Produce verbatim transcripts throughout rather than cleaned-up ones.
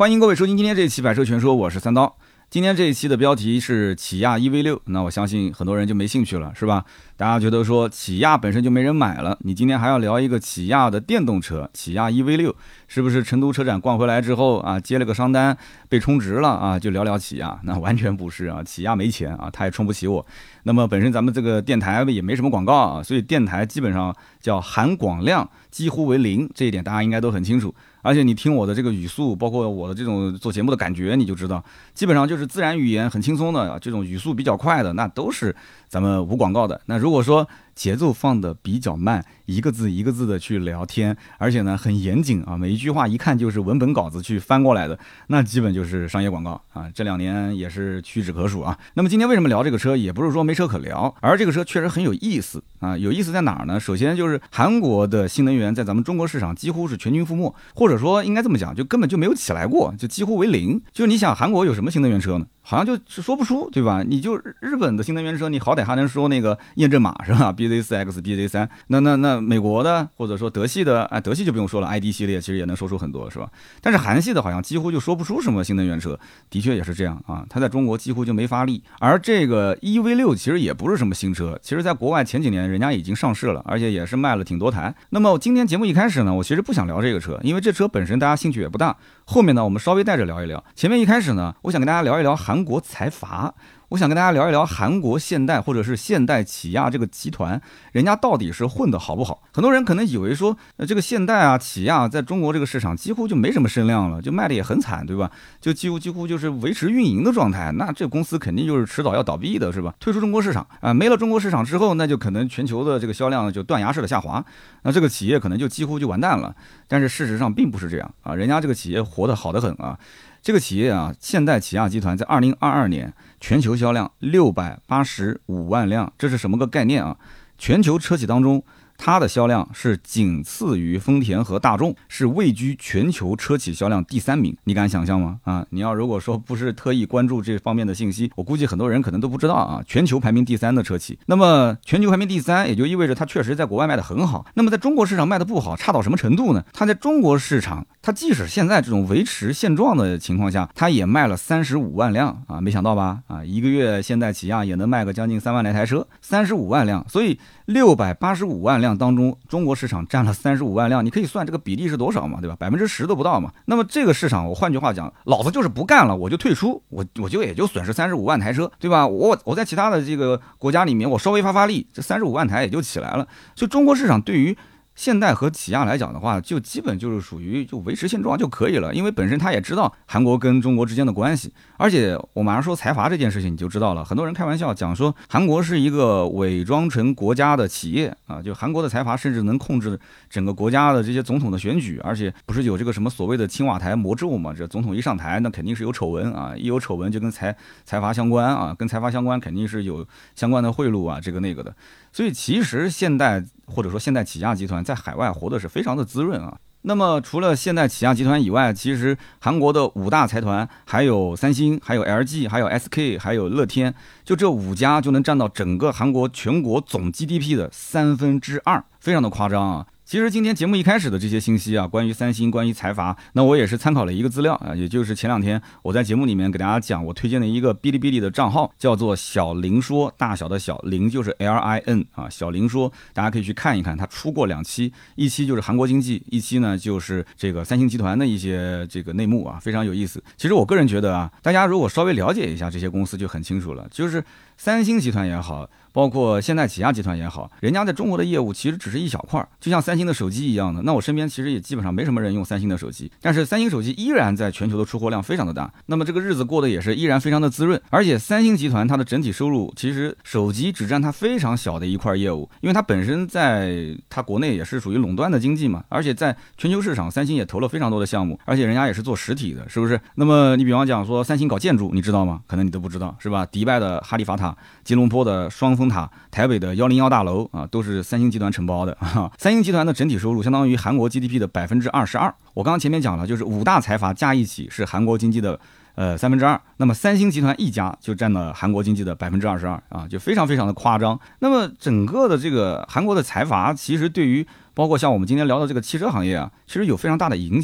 欢迎各位收听今天这一期百车全说，我是三刀。今天这一期的标题是起亚 E V 六， 那我相信很多人就没兴趣了，是吧？大家觉得说起亚本身就没人买了，你今天还要聊一个起亚的电动车，起亚 E V 六， 是不是成都车展逛回来之后啊，接了个商单被充值了啊，就聊聊起亚？那完全不是啊，起亚没钱啊，他也充不起我。那么本身咱们这个电台也没什么广告啊，所以电台基本上叫含广量几乎为零，这一点大家应该都很清楚。而且你听我的这个语速，包括我的这种做节目的感觉，你就知道，基本上就是自然语言很轻松的，这种语速比较快的，那都是咱们无广告的。那如果说节奏放的比较慢，一个字一个字的去聊天，而且呢很严谨啊，每一句话一看就是文本稿子去翻过来的，那基本就是商业广告啊。这两年也是屈指可数啊。那么今天为什么聊这个车，也不是说没车可聊，而这个车确实很有意思啊。有意思在哪儿呢？首先就是韩国的新能源在咱们中国市场几乎是全军覆没，或者说应该这么讲，就根本就没有起来过，就几乎为零。就你想韩国有什么新能源车呢？好像就是说不出，对吧？你就日本的新能源车，你好歹还能说那个验证码是吧 ？B Z 四 X、B Z 三，那那那美国的或者说德系的，哎，德系就不用说了 ，I D 系列其实也能说出很多，是吧？但是韩系的好像几乎就说不出什么新能源车，的确也是这样啊，它在中国几乎就没发力。而这个 E V 六 其实也不是什么新车，其实在国外前几年人家已经上市了，而且也是卖了挺多台。那么今天节目一开始呢，我其实不想聊这个车，因为这车本身大家兴趣也不大。后面呢，我们稍微带着聊一聊。前面一开始呢，我想跟大家聊一聊韩国财阀，我想跟大家聊一聊韩国现代或者是现代起亚这个集团，人家到底是混得好不好？很多人可能以为说，呃，这个现代啊、起亚在中国这个市场几乎就没什么声量了，就卖的也很惨，对吧？就几乎几乎就是维持运营的状态，那这公司肯定就是迟早要倒闭的，是吧？退出中国市场啊，没了中国市场之后，那就可能全球的这个销量就断崖式的下滑，那这个企业可能就几乎就完蛋了。但是事实上并不是这样啊，人家这个企业活得好得很啊。这个企业啊，现代起亚集团在二零二二年全球销量六百八十五万辆，这是什么个概念啊？全球车企当中，它的销量是仅次于丰田和大众，是位居全球车企销量第三名。你敢想象吗？啊，你要如果说不是特意关注这方面的信息，我估计很多人可能都不知道啊。全球排名第三的车企，那么全球排名第三，也就意味着它确实在国外卖的很好。那么在中国市场卖的不好，差到什么程度呢？它在中国市场，它即使现在这种维持现状的情况下，它也卖了三十五万辆啊，没想到吧？啊，一个月现代起亚也能卖个将近三万来台车，三十五万辆，所以六百八十五万辆当中，中国市场占了三十五万辆，你可以算这个比例是多少嘛，对吧？百分之十都不到嘛。那么这个市场，我换句话讲，老子就是不干了，我就退出，我我就也就损失三十五万台车，对吧？我我在其他的这个国家里面，我稍微发发力，这三十五万台也就起来了。所以中国市场对于现代和起亚来讲的话，就基本就是属于就维持现状就可以了，因为本身他也知道韩国跟中国之间的关系。而且我马上说财阀这件事情你就知道了，很多人开玩笑讲说韩国是一个伪装成国家的企业啊，就韩国的财阀甚至能控制整个国家的这些总统的选举，而且不是有这个什么所谓的青瓦台魔咒嘛？这总统一上台，那肯定是有丑闻啊，一有丑闻就跟财财阀相关啊，跟财阀相关肯定是有相关的贿赂啊，这个那个的。所以其实现代或者说现代起亚集团在海外活的是非常的滋润啊。那么除了现代起亚集团以外，其实韩国的五大财团还有三星，还有 L G， 还有 S K， 还有乐天，就这五家就能占到整个韩国全国总 G D P 的三分之二，非常的夸张啊。其实今天节目一开始的这些信息啊，关于三星，关于财阀，那我也是参考了一个资料啊，也就是前两天我在节目里面给大家讲，我推荐的一个哔哩哔哩的账号，叫做小林说，大小的小，林就是 L I N 啊，小林说，大家可以去看一看，他出过两期，一期就是韩国经济，一期呢就是这个三星集团的一些这个内幕啊，非常有意思。其实我个人觉得啊，大家如果稍微了解一下这些公司就很清楚了，就是三星集团也好，包括现代起亚集团也好，人家在中国的业务其实只是一小块，就像三星的手机一样的。那我身边其实也基本上没什么人用三星的手机，但是三星手机依然在全球的出货量非常的大，那么这个日子过得也是依然非常的滋润。而且三星集团它的整体收入，其实手机只占它非常小的一块业务，因为它本身在它国内也是属于垄断的经济嘛，而且在全球市场，三星也投了非常多的项目，而且人家也是做实体的，是不是？那么你比方讲说三星搞建筑，你知道吗？可能你都不知道，是吧？迪拜的哈利法塔，吉隆坡的双峰塔，台北的幺零幺大楼啊，都是三星集团承包的啊。三星集团的整体收入相当于韩国 G D P 的百分之二十二。我刚刚前面讲了，就是五大财阀加一起是韩国经济的呃三分之二，那么三星集团一家就占了韩国经济的百分之二十二啊，就非常非常的夸张。那么整个的这个韩国的财阀，其实对于包括像我们今天聊的这个汽车行业啊，其实有非常大的影响。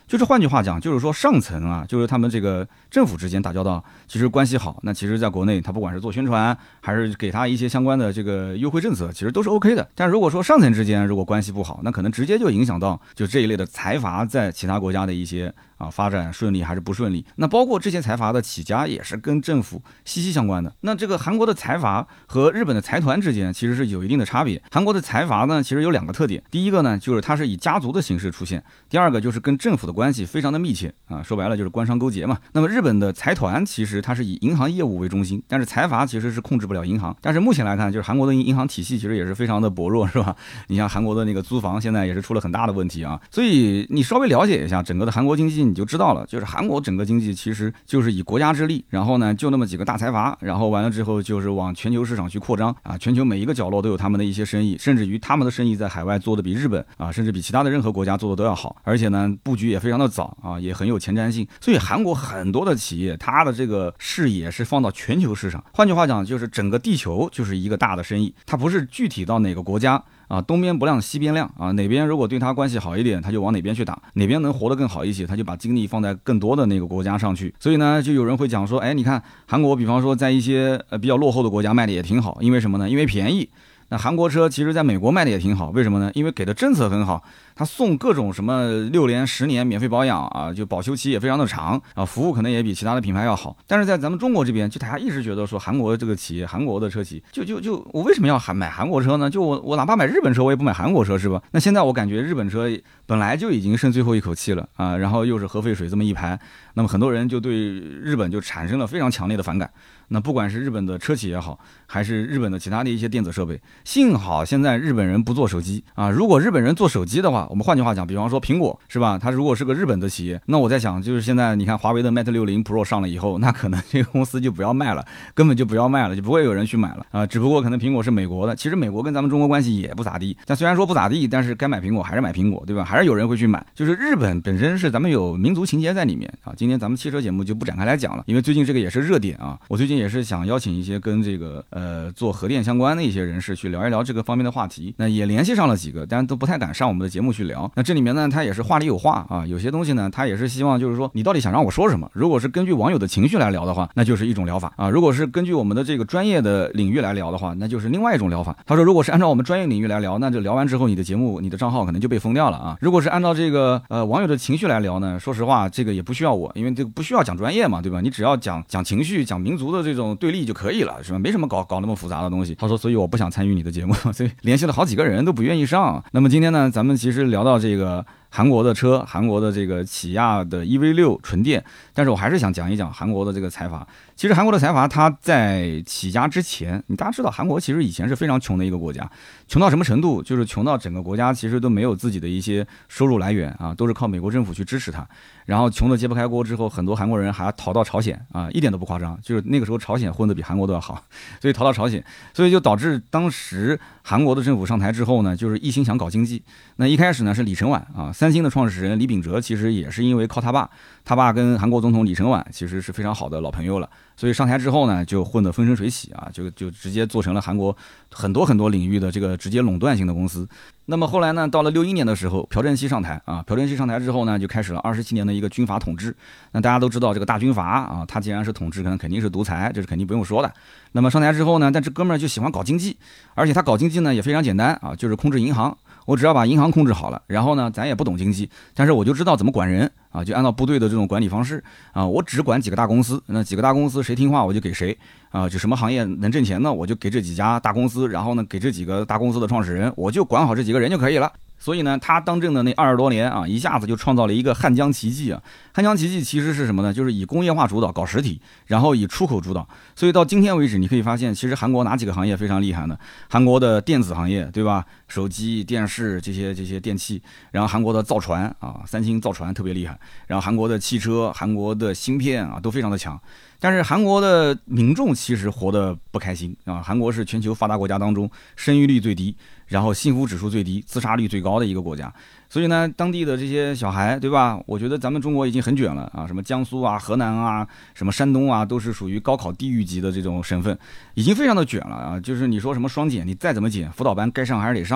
就是换句话讲，就是说上层啊，就是他们这个政府之间打交道，其实关系好，那其实在国内他不管是做宣传，还是给他一些相关的这个优惠政策，其实都是 OK 的。但如果说上层之间如果关系不好，那可能直接就影响到就这一类的财阀在其他国家的一些啊发展顺利还是不顺利。那包括这些财阀的起家也是跟政府息息相关的。那这个韩国的财阀和日本的财团之间其实是有一定的差别。韩国的财阀呢，其实有两个特点，第一个呢就是它是以家族的形式出现，第二个就是跟政府的关系非常的密切啊，说白了就是官商勾结嘛。那么日本的财团其实它是以银行业务为中心，但是财阀其实是控制不了银行。但是目前来看，就是韩国的银行体系其实也是非常的薄弱，是吧？你像韩国的那个租房现在也是出了很大的问题啊，所以你稍微了解一下整个的韩国经济，你就知道了，就是韩国整个经济其实就是以国家之力，然后呢就那么几个大财阀，然后完了之后就是往全球市场去扩张啊，全球每一个角落都有他们的一些生意，甚至于他们的生意在海外做的比日本啊，甚至比其他的任何国家做的都要好，而且呢布局也非常的早啊，也很有前瞻性。所以韩国很多的企业，它的这个视野是放到全球市场，换句话讲，就是整个地球就是一个大的生意，它不是具体到哪个国家啊，东边不亮西边亮啊，哪边如果对他关系好一点，他就往哪边去打，哪边能活得更好一些，他就把精力放在更多的那个国家上去。所以呢，就有人会讲说，哎，你看韩国，比方说在一些呃比较落后的国家卖的也挺好，因为什么呢？因为便宜。那韩国车其实在美国卖的也挺好，为什么呢？因为给的政策很好，他送各种什么六年、十年免费保养啊，就保修期也非常的长啊，服务可能也比其他的品牌要好。但是在咱们中国这边，就大家一直觉得说韩国这个企业，韩国的车企，就就就我为什么要韩买韩国车呢？就我我哪怕买日本车，我也不买韩国车，是吧？那现在我感觉日本车本来就已经剩最后一口气了啊，然后又是核废水这么一排，那么很多人就对日本就产生了非常强烈的反感。那不管是日本的车企也好，还是日本的其他的一些电子设备，幸好现在日本人不做手机啊。如果日本人做手机的话，我们换句话讲，比方说苹果是吧？它如果是个日本的企业，那我在想，就是现在你看华为的 Mate 六十 Pro 上了以后，那可能这个公司就不要卖了，根本就不要卖了，就不会有人去买了啊。只不过可能苹果是美国的，其实美国跟咱们中国关系也不咋地，但虽然说不咋地，但是该买苹果还是买苹果，对吧？还是有人会去买。就是日本本身是咱们有民族情节在里面啊。今天咱们汽车节目就不展开来讲了，因为最近这个也是热点啊。我最近也是想邀请一些跟这个呃做核电相关的一些人士去聊一聊这个方面的话题，那也联系上了几个，但都不太敢上我们的节目去聊。那这里面呢，他也是话里有话啊，有些东西呢，他也是希望就是说你到底想让我说什么。如果是根据网友的情绪来聊的话，那就是一种疗法啊；如果是根据我们的这个专业的领域来聊的话，那就是另外一种疗法。他说，如果是按照我们专业领域来聊，那就聊完之后你的节目、你的账号可能就被封掉了啊。如果是按照这个呃网友的情绪来聊呢，说实话，这个也不需要我，因为这个不需要讲专业嘛，对吧？你只要讲讲情绪、讲民族的这种对立就可以了，是吧？没什么搞搞那么复杂的东西。他说，所以我不想参与你的节目，所以联系了好几个人都不愿意上。那么今天呢，咱们其实聊到这个韩国的车，韩国的这个起亚的 E V 六 纯电，但是我还是想讲一讲韩国的这个财阀。其实韩国的财阀它在起家之前，你大家知道韩国其实以前是非常穷的一个国家，穷到什么程度？就是穷到整个国家其实都没有自己的一些收入来源啊，都是靠美国政府去支持它。然后穷得揭不开锅之后，很多韩国人还逃到朝鲜啊，一点都不夸张，就是那个时候朝鲜混得比韩国都要好，所以逃到朝鲜，所以就导致当时韩国的政府上台之后呢，就是一心想搞经济。那一开始呢是李承晚啊，三星的创始人李秉哲其实也是因为靠他爸，他爸跟韩国总统李承晚其实是非常好的老朋友了，所以上台之后呢就混得风生水起啊，就就直接做成了韩国很多很多领域的这个直接垄断性的公司。那么后来呢，到了六一年的时候，朴正熙上台啊，朴正熙上台之后呢，就开始了二十七年的一个军阀统治。那大家都知道这个大军阀啊，他既然是统治，可能肯定是独裁，这是肯定不用说的。那么上台之后呢，但这哥们儿就喜欢搞经济，而且他搞经济呢也非常简单啊，就是控制银行。我只要把银行控制好了，然后呢，咱也不懂经济，但是我就知道怎么管人啊，就按照部队的这种管理方式啊，我只管几个大公司，那几个大公司谁听话我就给谁啊，就什么行业能挣钱呢，我就给这几家大公司，然后呢，给这几个大公司的创始人，我就管好这几个人就可以了。所以呢，他当政的那二十多年啊，一下子就创造了一个汉江奇迹啊！汉江奇迹其实是什么呢？就是以工业化主导搞实体，然后以出口主导。所以到今天为止，你可以发现，其实韩国哪几个行业非常厉害呢？韩国的电子行业，对吧？手机、电视这些这些电器，然后韩国的造船啊，三星造船特别厉害，然后韩国的汽车、韩国的芯片啊，都非常的强。但是韩国的民众其实活得不开心啊！韩国是全球发达国家当中生育率最低，然后幸福指数最低，自杀率最高的一个国家。所以呢，当地的这些小孩，对吧？我觉得咱们中国已经很卷了啊，什么江苏啊、河南啊、什么山东啊，都是属于高考地狱级的这种省份，已经非常的卷了啊。就是你说什么双减，你再怎么减，辅导班该上还是得上。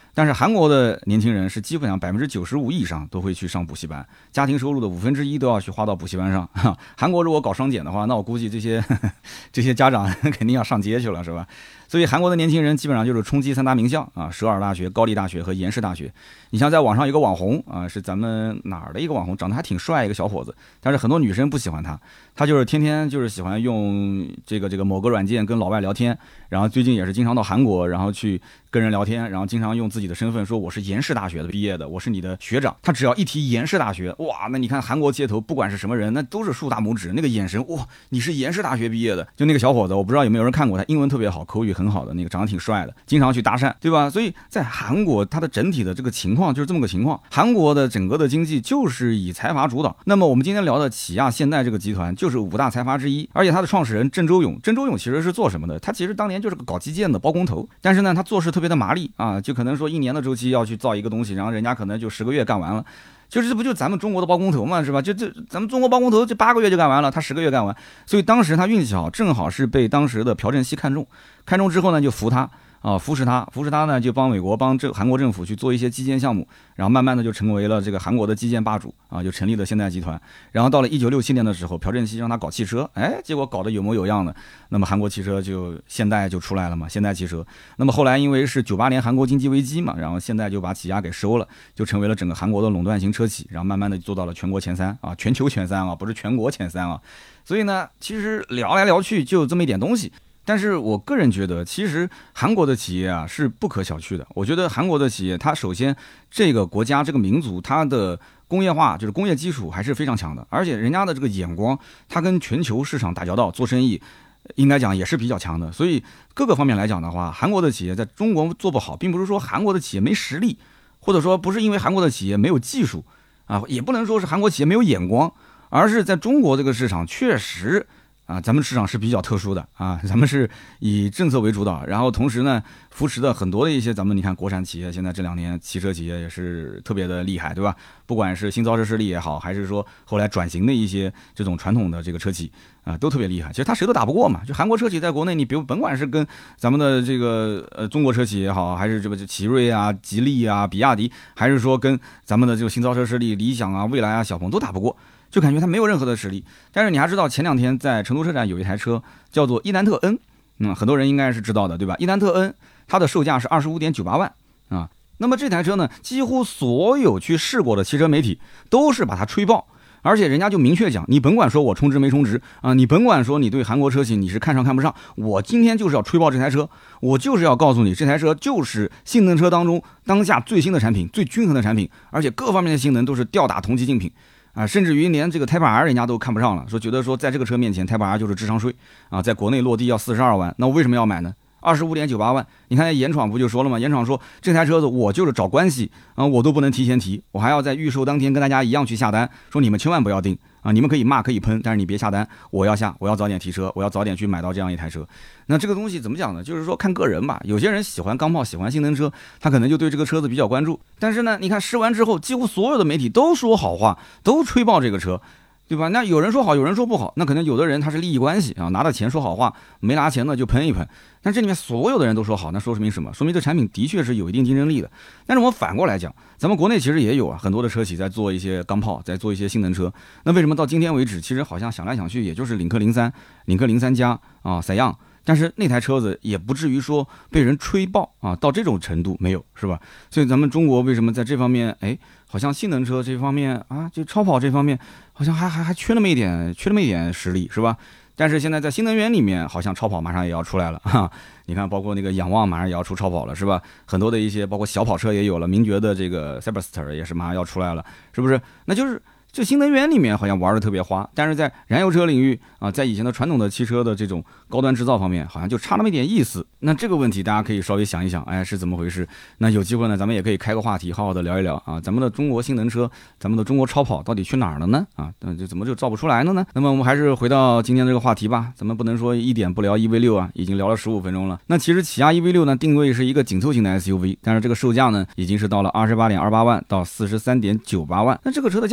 但是韩国的年轻人是基本上百分之九十五以上都会去上补习班，家庭收入的五分之一都要去花到补习班上。韩国如果搞双减的话，那我估计这些呵呵这些家长肯定要上街去了，是吧？所以韩国的年轻人基本上就是冲击三大名校啊，首尔大学、高丽大学和延世大学。你像在网上有个网红啊，是咱们哪儿的一个网红，长得还挺帅一个小伙子，但是很多女生不喜欢他，他就是天天就是喜欢用这个这个某个软件跟老外聊天，然后最近也是经常到韩国，然后去跟人聊天，然后经常用自己的身份说我是延世大学的毕业的，我是你的学长。他只要一提延世大学，哇，那你看韩国街头不管是什么人，那都是竖大拇指，那个眼神，哇，你是延世大学毕业的。就那个小伙子，我不知道有没有人看过，他英文特别好，口语很好的那个，长得挺帅的，经常去搭讪，对吧？所以在韩国，它的整体的这个情况就是这么个情况。韩国的整个的经济就是以财阀主导。那么我们今天聊的起亚现代这个集团就是五大财阀之一，而且它的创始人郑周永，郑周永其实是做什么的？他其实当年就是个搞基建的包工头，但是呢，他做事特别的麻利啊，就可能说一年的周期要去造一个东西，然后人家可能就十个月干完了。就是这不就咱们中国的包工头嘛，是吧？就这咱们中国包工头这八个月就干完了，他十个月干完，所以当时他运气好，正好是被当时的朴正熙看中，看中之后呢就扶他啊，扶持他，扶持他呢就帮美国帮这韩国政府去做一些基建项目，然后慢慢的就成为了这个韩国的基建霸主啊，就成立了现代集团。然后到了一九六七年的时候，朴正熙让他搞汽车，哎，结果搞得有模有样的，那么韩国汽车就现代就出来了嘛，现代汽车。那么后来因为是九八年韩国经济危机嘛，然后现代就把起亚给收了，就成为了整个韩国的垄断型车企，然后慢慢的做到了全国前三啊，全球前三啊，不是全国前三啊。所以呢，其实聊来聊去就这么一点东西。但是我个人觉得，其实韩国的企业啊是不可小觑的。我觉得韩国的企业，它首先这个国家这个民族，它的工业化就是工业基础还是非常强的，而且人家的这个眼光，它跟全球市场打交道做生意，应该讲也是比较强的。所以各个方面来讲的话，韩国的企业在中国做不好，并不是说韩国的企业没实力，或者说不是因为韩国的企业没有技术啊，也不能说是韩国企业没有眼光，而是在中国这个市场确实。啊，咱们市场是比较特殊的啊，咱们是以政策为主导，然后同时呢，扶持的很多的一些咱们你看国产企业，现在这两年汽车企业也是特别的厉害，对吧？不管是新造车势力也好，还是说后来转型的一些这种传统的这个车企啊，都特别厉害。其实他谁都打不过嘛，就韩国车企在国内，你比如甭管是跟咱们的这个呃中国车企也好，还是这个奇瑞啊、吉利啊、比亚迪，还是说跟咱们的这个新造车势力理想啊、蔚来啊、小鹏都打不过。就感觉它没有任何的实力，但是你还知道前两天在成都车展有一台车叫做伊兰特 N， 嗯，很多人应该是知道的，对吧？伊兰特 N 它的售价是二十五点九八万啊。那么这台车呢，几乎所有去试过的汽车媒体都是把它吹爆，而且人家就明确讲，你甭管说我充值没充值啊，你甭管说你对韩国车企你是看上看不上，我今天就是要吹爆这台车，我就是要告诉你这台车就是性能车当中当下最新的产品，最均衡的产品，而且各方面的性能都是吊打同级竞品。啊，甚至于连这个 Type R 人家都看不上了，说觉得说在这个车面前 Type R 就是智商税啊，在国内落地要四十二万，那我为什么要买呢？二十五点九八万，你看严闯不就说了吗？严闯说这台车子我就是找关系啊，我都不能提前提，我还要在预售当天跟大家一样去下单，说你们千万不要订啊，你们可以骂可以喷，但是你别下单，我要下，我要早点提车，我要早点去买到这样一台车。那这个东西怎么讲呢？就是说看个人吧，有些人喜欢钢炮，喜欢性能车，他可能就对这个车子比较关注。但是呢，你看试完之后，几乎所有的媒体都说好话，都吹爆这个车。对吧？那有人说好，有人说不好，那可能有的人他是利益关系啊，拿到钱说好话，没拿钱呢就喷一喷。但这里面所有的人都说好，那说明什么？说明这产品的确是有一定竞争力的。但是我们反过来讲，咱们国内其实也有啊，很多的车企在做一些钢炮，在做一些性能车。那为什么到今天为止，其实好像想来想去，也就是领克零三、领克零三加啊、采样。但是那台车子也不至于说被人吹爆啊，到这种程度没有，是吧？所以咱们中国为什么在这方面，哎，好像性能车这方面啊，就超跑这方面，好像还还还缺那么一点，缺那么一点实力，是吧？但是现在在新能源里面，好像超跑马上也要出来了哈。你看，包括那个仰望马上也要出超跑了，是吧？很多的一些包括小跑车也有了，名爵的这个 Cyberster 也是马上要出来了，是不是？那就是。这新能源里面好像玩的特别花，但是在燃油车领域啊，在以前的传统的汽车的这种高端制造方面，好像就差那么一点意思。那这个问题大家可以稍微想一想，哎，是怎么回事？那有机会呢，咱们也可以开个话题，好好的聊一聊啊，咱们的中国新能车，咱们的中国超跑到底去哪儿了呢？啊，那就怎么就造不出来了呢？那么我们还是回到今天这个话题吧，咱们不能说一点不聊 E V 六 啊，已经聊了十五分钟了。那其实起亚 E V 六 呢，定位是一个紧凑型的 S U V， 但是这个售价呢，已经是到了二十八点二八万到四十三点九八万。那这个车的价格为什么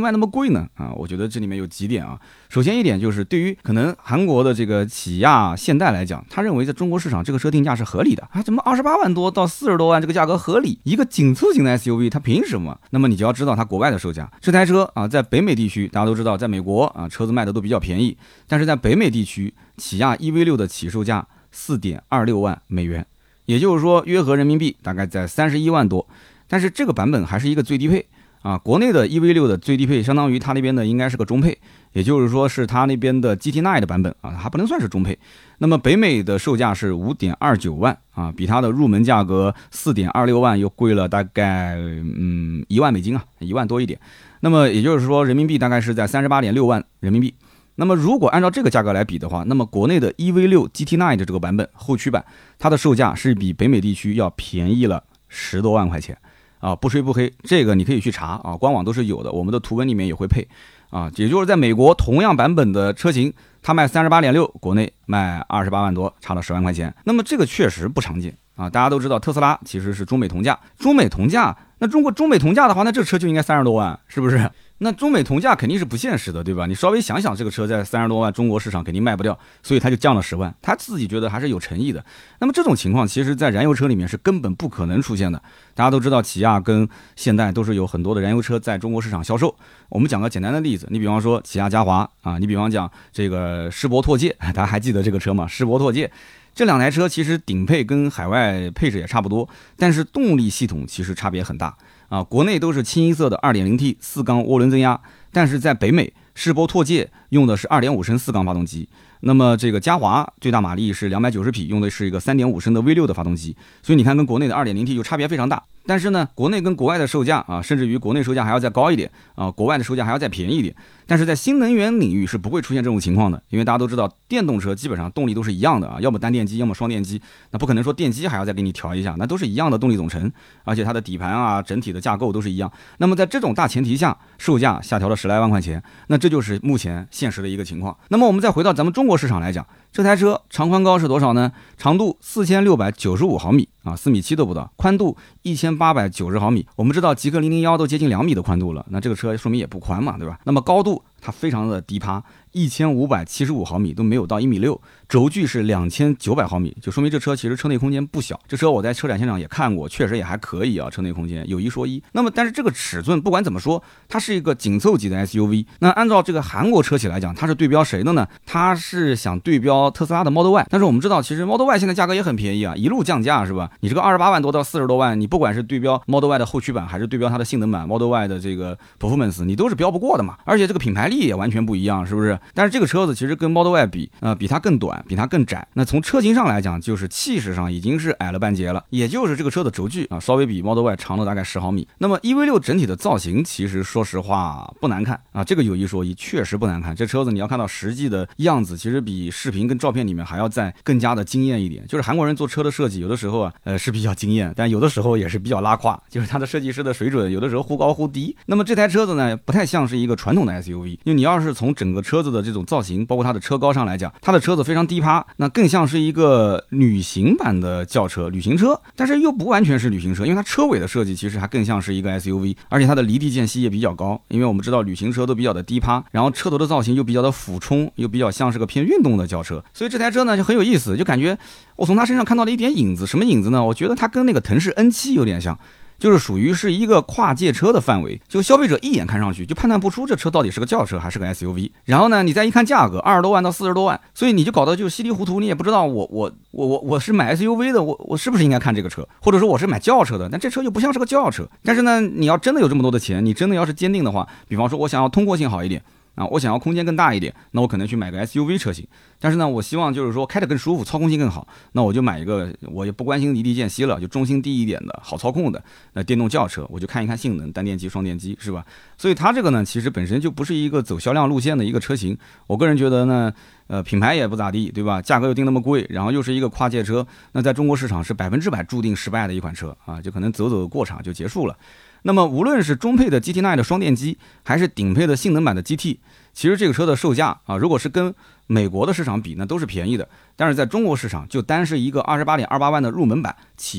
卖那么贵呢？啊，我觉得这里面有几点啊。首先一点就是对于可能韩国的这个起亚、现代来讲，他认为在中国市场这个车定价是合理的啊，怎么二十八万多到四十多万这个价格合理？一个紧凑型的 S U V 它凭什么？那么你就要知道它国外的售价。这台车啊，在北美地区大家都知道，在美国啊车子卖的都比较便宜，但是在北美地区，起亚 E V 六 的起售价 四点二六万美元，也就是说约合人民币大概在三十一万多。但是这个版本还是一个最低配啊，国内的 E V 六 的最低配相当于它那边的应该是个中配，也就是说是它那边的 G T 九 的版本啊，还不能算是中配。那么北美的售价是 五点二九万啊，比它的入门价格 四点二六万又贵了大概嗯一万美金啊，一万多一点。那么也就是说人民币大概是在 三十八点六万人民币。那么如果按照这个价格来比的话，那么国内的 E V 六 G T 九 的这个版本后驱版，它的售价是比北美地区要便宜了十多万块钱。啊，不吹不黑，这个你可以去查啊，官网都是有的，我们的图文里面也会配啊。也就是在美国同样版本的车型，它卖 三十八点六， 国内卖二十八万多，差了十万块钱。那么这个确实不常见啊。大家都知道特斯拉其实是中美同价，中美同价，那中国中美同价的话，那这个车就应该三十多万，是不是？那中美同价肯定是不现实的，对吧？你稍微想想，这个车在三十多万中国市场肯定卖不掉，所以他就降了十万，他自己觉得还是有诚意的。那么这种情况，其实在燃油车里面是根本不可能出现的。大家都知道，起亚跟现代都是有很多的燃油车在中国市场销售。我们讲个简单的例子，你比方说起亚嘉华啊，你比方讲这个世博拓界，大家还记得这个车吗？世博拓界。这两台车其实顶配跟海外配置也差不多，但是动力系统其实差别很大啊。国内都是清一色的 二点零 T 四缸涡轮增压，但是在北美世博拓界用的是 二点五 升四缸发动机，那么这个嘉华最大马力是两百九十匹，用的是一个 三点五 升的 V 六 的发动机，所以你看跟国内的 二点零 T 就差别非常大。但是呢，国内跟国外的售价啊，甚至于国内售价还要再高一点啊，国外的售价还要再便宜一点。但是在新能源领域是不会出现这种情况的，因为大家都知道，电动车基本上动力都是一样的啊，要么单电机，要么双电机，那不可能说电机还要再给你调一下，那都是一样的动力总成，而且它的底盘啊，整体的架构都是一样。那么在这种大前提下，售价下调了十来万块钱，那这就是目前现实的一个情况。那么我们再回到咱们中国市场来讲，这台车长宽高是多少呢？长度四千六百九十五毫米啊，四米七都不到，宽度一千八百九十毫米。我们知道极氪零零一都接近两米的宽度了，那这个车说明也不宽嘛，对吧？那么高度它非常的低趴，一千五百七十五毫米都没有到一米六，轴距是两千九百毫米，就说明这车其实车内空间不小。这车我在车展现场也看过，确实也还可以啊，车内空间有一说一。那么但是这个尺寸不管怎么说，它是一个紧凑级的 S U V。那按照这个韩国车企来讲，它是对标谁的呢？它是想对标特斯拉的 Model Y。但是我们知道，其实 Model Y 现在价格也很便宜啊，一路降价是吧？你这个二十八万多到四十多万，你不管是对标 Model Y 的后驱版，还是对标它的性能版 Model Y 的这个 Performance， 你都是标不过的嘛。而且这个品牌力也完全不一样，是不是？但是这个车子其实跟 Model Y 比，呃，比它更短，比它更窄。那从车型上来讲，就是气势上已经是矮了半截了，也就是这个车的轴距啊，稍微比 Model Y 长了大概十毫米。那么 E V 六 整体的造型其实说实话不难看啊，这个有一说一，确实不难看。这车子你要看到实际的样子，其实比视频跟照片里面还要再更加的惊艳一点。就是韩国人做车的设计，有的时候啊，呃是比较惊艳，但有的时候也是比较拉胯，就是他的设计师的水准有的时候忽高忽低。那么这台车子呢，不太像是一个传统的 S U V， 因为你要是从整个车子的这种造型，包括它的车高上来讲，它的车子非常低趴，那更像是一个旅行版的轿车、旅行车，但是又不完全是旅行车，因为它车尾的设计其实还更像是一个 S U V， 而且它的离地间隙也比较高，因为我们知道旅行车都比较的低趴，然后车头的造型又比较的俯冲，又比较像是个偏运动的轿车，所以这台车呢就很有意思，就感觉我从它身上看到了一点影子。什么影子呢？我觉得它跟那个腾势 N 七 有点像，就是属于是一个跨界车的范围，就消费者一眼看上去就判断不出这车到底是个轿车还是个 S U V。然后呢，你再一看价格，二十多万到四十多万，所以你就搞得就稀里糊涂，你也不知道我我我我我是买 S U V 的，我我是不是应该看这个车，或者说我是买轿车的，但这车又不像是个轿车。但是呢，你要真的有这么多的钱，你真的要是坚定的话，比方说我想要通过性好一点。啊，我想要空间更大一点，那我可能去买个 S U V 车型。但是呢，我希望就是说开得更舒服，操控性更好，那我就买一个我也不关心离地间隙了，就中心低一点的好操控的那电动轿车，我就看一看性能，单电机、双电机，是吧？所以它这个呢，其实本身就不是一个走销量路线的一个车型。我个人觉得呢，呃，品牌也不咋地，对吧？价格又定那么贵，然后又是一个跨界车，那在中国市场是百分之百注定失败的一款车啊，就可能走走过场就结束了。那么无论是中配的 G T 九 的双电机，还是顶配的性能版的 G T， 其实这个车的售价啊，如果是跟美国的市场比，那都是便宜的。但是在中国市场，就单是一个 二十八点二八万的入门版起售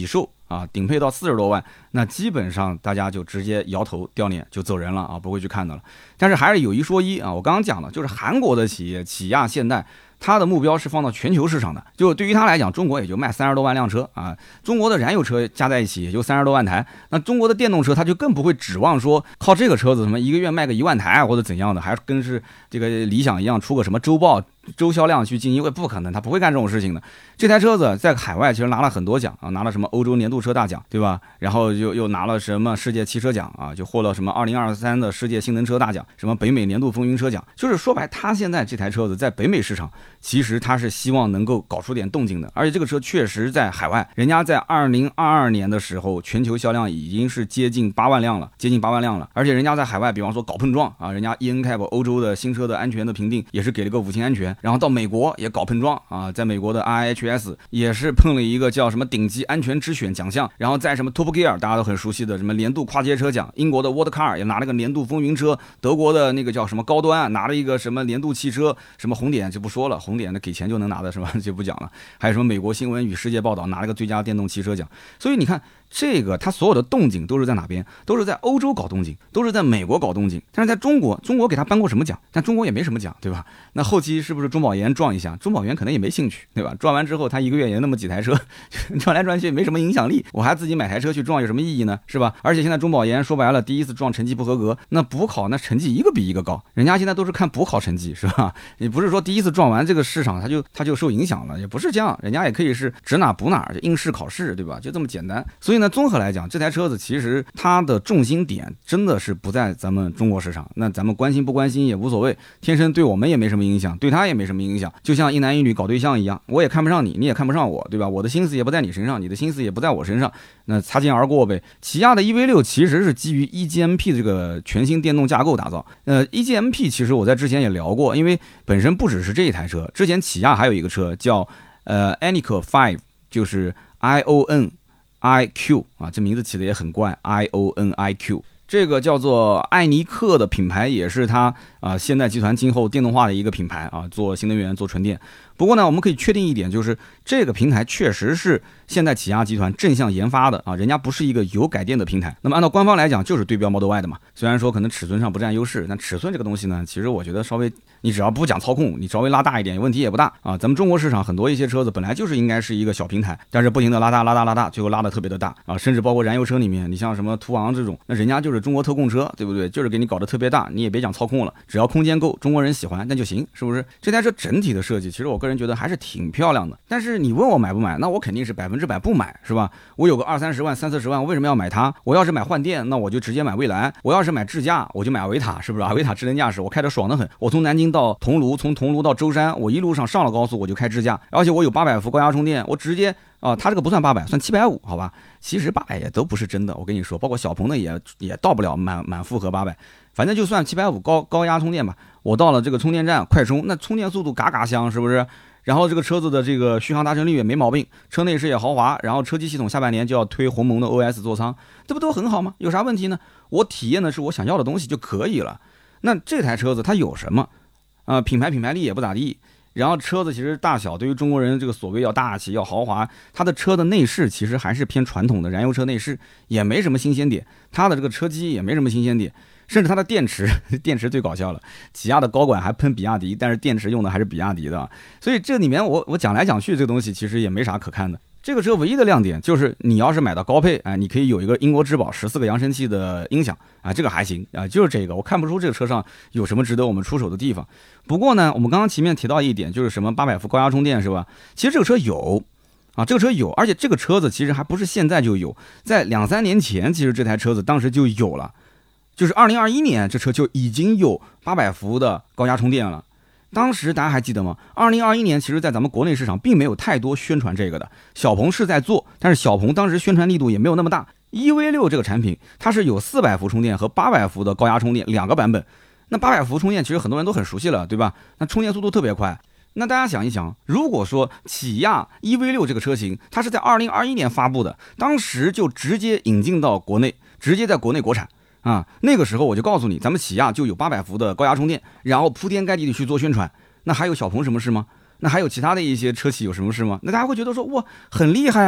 啊，顶配到四十多万，那基本上大家就直接摇头掉脸就走人了啊，不会去看的了。但是还是有一说一啊，我刚刚讲了，就是韩国的企业起亚、现代，它的目标是放到全球市场的，就对于它来讲，中国也就卖三十多万辆车啊，中国的燃油车加在一起也就三十多万台，那中国的电动车它就更不会指望说靠这个车子什么一个月卖个一万台或者怎样的，还跟是这个理想一样出个什么周报周销量去进，因为不可能，他不会干这种事情的。这台车子在海外其实拿了很多奖啊，拿了什么欧洲年度车大奖，对吧？然后又又拿了什么世界汽车奖啊，就获了什么二零二三的世界性能车大奖，什么北美年度风云车奖。就是说白，他现在这台车子在北美市场，其实他是希望能够搞出点动静的。而且这个车确实在海外，人家在二零二二年的时候，全球销量已经是接近八万辆了，接近八万辆了。而且人家在海外，比方说搞碰撞啊，人家 E N C A P 欧洲的新车的安全的评定也是给了个五星安全。然后到美国也搞碰撞啊，在美国的 I H S 也是碰了一个叫什么顶级安全之选奖项，然后在什么 Top Gear 大家都很熟悉的什么年度跨界车奖，英国的 World Car 也拿了个年度风云车，德国的那个叫什么高端啊，拿了一个什么年度汽车，什么红点就不说了，红点的给钱就能拿的是吧，就不讲了。还有什么美国新闻与世界报道拿了个最佳电动汽车奖，所以你看。这个它所有的动静都是在哪边？都是在欧洲搞动静，都是在美国搞动静。但是在中国，中国给他颁过什么奖？但中国也没什么奖，对吧？那后期是不是中保研撞一下？中保研可能也没兴趣，对吧？撞完之后，他一个月也那么几台车，转来转去没什么影响力。我还自己买台车去撞有什么意义呢？是吧？而且现在中保研说白了，第一次撞成绩不合格，那补考那成绩一个比一个高。人家现在都是看补考成绩，是吧？你不是说第一次撞完这个市场他就他就受影响了，也不是这样，人家也可以是指哪补哪，就应试考试，对吧？就这么简单。所以呢，综合来讲，这这台车子其实它的重心点真的是不在咱们中国市场，那咱们关心不关心也无所谓，天生对我们也没什么影响，对他也没什么影响，就像一男一女搞对象一样，我也看不上你，你也看不上我，对吧？我的心思也不在你身上，你的心思也不在我身上，那擦肩而过呗。起亚的 E V 六 其实是基于 E G M P 这个全新电动架构打造，呃 E G M P 其实我在之前也聊过，因为本身不只是这一台车，之前起亚还有一个车叫呃 Ioniq 五， 就是 I O N I Q 啊，这名字起的也很怪 ，I O N I Q， 这个叫做艾尼克的品牌，也是它啊现代集团今后电动化的一个品牌啊，做新能源，做纯电。不过呢，我们可以确定一点，就是这个平台确实是现代起亚集团正向研发的啊，人家不是一个油改电的平台。那么按照官方来讲，就是对标 Model Y 的嘛。虽然说可能尺寸上不占优势，但尺寸这个东西呢，其实我觉得稍微你只要不讲操控，你稍微拉大一点，问题也不大啊。咱们中国市场很多一些车子本来就是应该是一个小平台，但是不停的拉大拉大拉大，最后拉的特别的大啊。甚至包括燃油车里面，你像什么途昂这种，那人家就是中国特供车，对不对？就是给你搞得特别大，你也别讲操控了，只要空间够，中国人喜欢那就行，是不是？这台车整体的设计，其实我个人觉得还是挺漂亮的。但是你问我买不买，那我肯定是百分之百不买，是吧？我有个二三十万、三四十万，我为什么要买它？我要是买换电，那我就直接买蔚来；我要是买智驾，我就买阿维塔，是不是？阿维塔智能驾驶，我开得爽得很。我从南京到桐庐，从桐庐到舟山，我一路上上了高速我就开智驾，而且我有八百伏高压充电，我直接啊，它这个不算八百，算七百五，好吧？其实八百也都不是真的，我跟你说，包括小鹏的也也到不了满满负荷八百，反正就算七百五高高压充电吧。我到了这个充电站快充，那充电速度嘎嘎香，是不是？然后这个车子的这个续航达成率也没毛病，车内饰也豪华，然后车机系统下半年就要推鸿蒙的 O S 座舱，这不都很好吗？有啥问题呢？我体验的是我想要的东西就可以了。那这台车子它有什么啊、呃？品牌品牌力也不咋地，然后车子其实大小对于中国人这个所谓要大气要豪华，它的车的内饰其实还是偏传统的燃油车内饰，也没什么新鲜点，它的这个车机也没什么新鲜点。甚至它的电池，电池最搞笑了，起亚的高管还喷比亚迪，但是电池用的还是比亚迪的，所以这里面我我讲来讲去，这个东西其实也没啥可看的。这个车唯一的亮点就是你要是买到高配，哎，你可以有一个英国之宝十四个扬声器的音响啊，这个还行啊，就是这个，我看不出这个车上有什么值得我们出手的地方。不过呢，我们刚刚前面提到一点，就是什么八百伏高压充电是吧？其实这个车有。啊，这个车有，而且这个车子其实还不是现在就有，在两三年前，其实这台车子当时就有了。就是二零二一年，这车就已经有八百伏的高压充电了。当时大家还记得吗？二零二一年，其实在咱们国内市场并没有太多宣传这个的。小鹏是在做，但是小鹏当时宣传力度也没有那么大。E V 六 这个产品，它是有四百伏充电和八百伏的高压充电两个版本。那八百伏充电其实很多人都很熟悉了，对吧？那充电速度特别快。那大家想一想，如果说起亚 E V 六 这个车型，它是在二零二一年发布的，当时就直接引进到国内，直接在国内国产。啊，那个时候我就告诉你，咱们起亚就有八百伏的高压充电，然后铺天盖地的去做宣传。那还有小鹏什么事吗？那还有其他的一些车企有什么事吗？那大家会觉得说，哇，很厉害啊！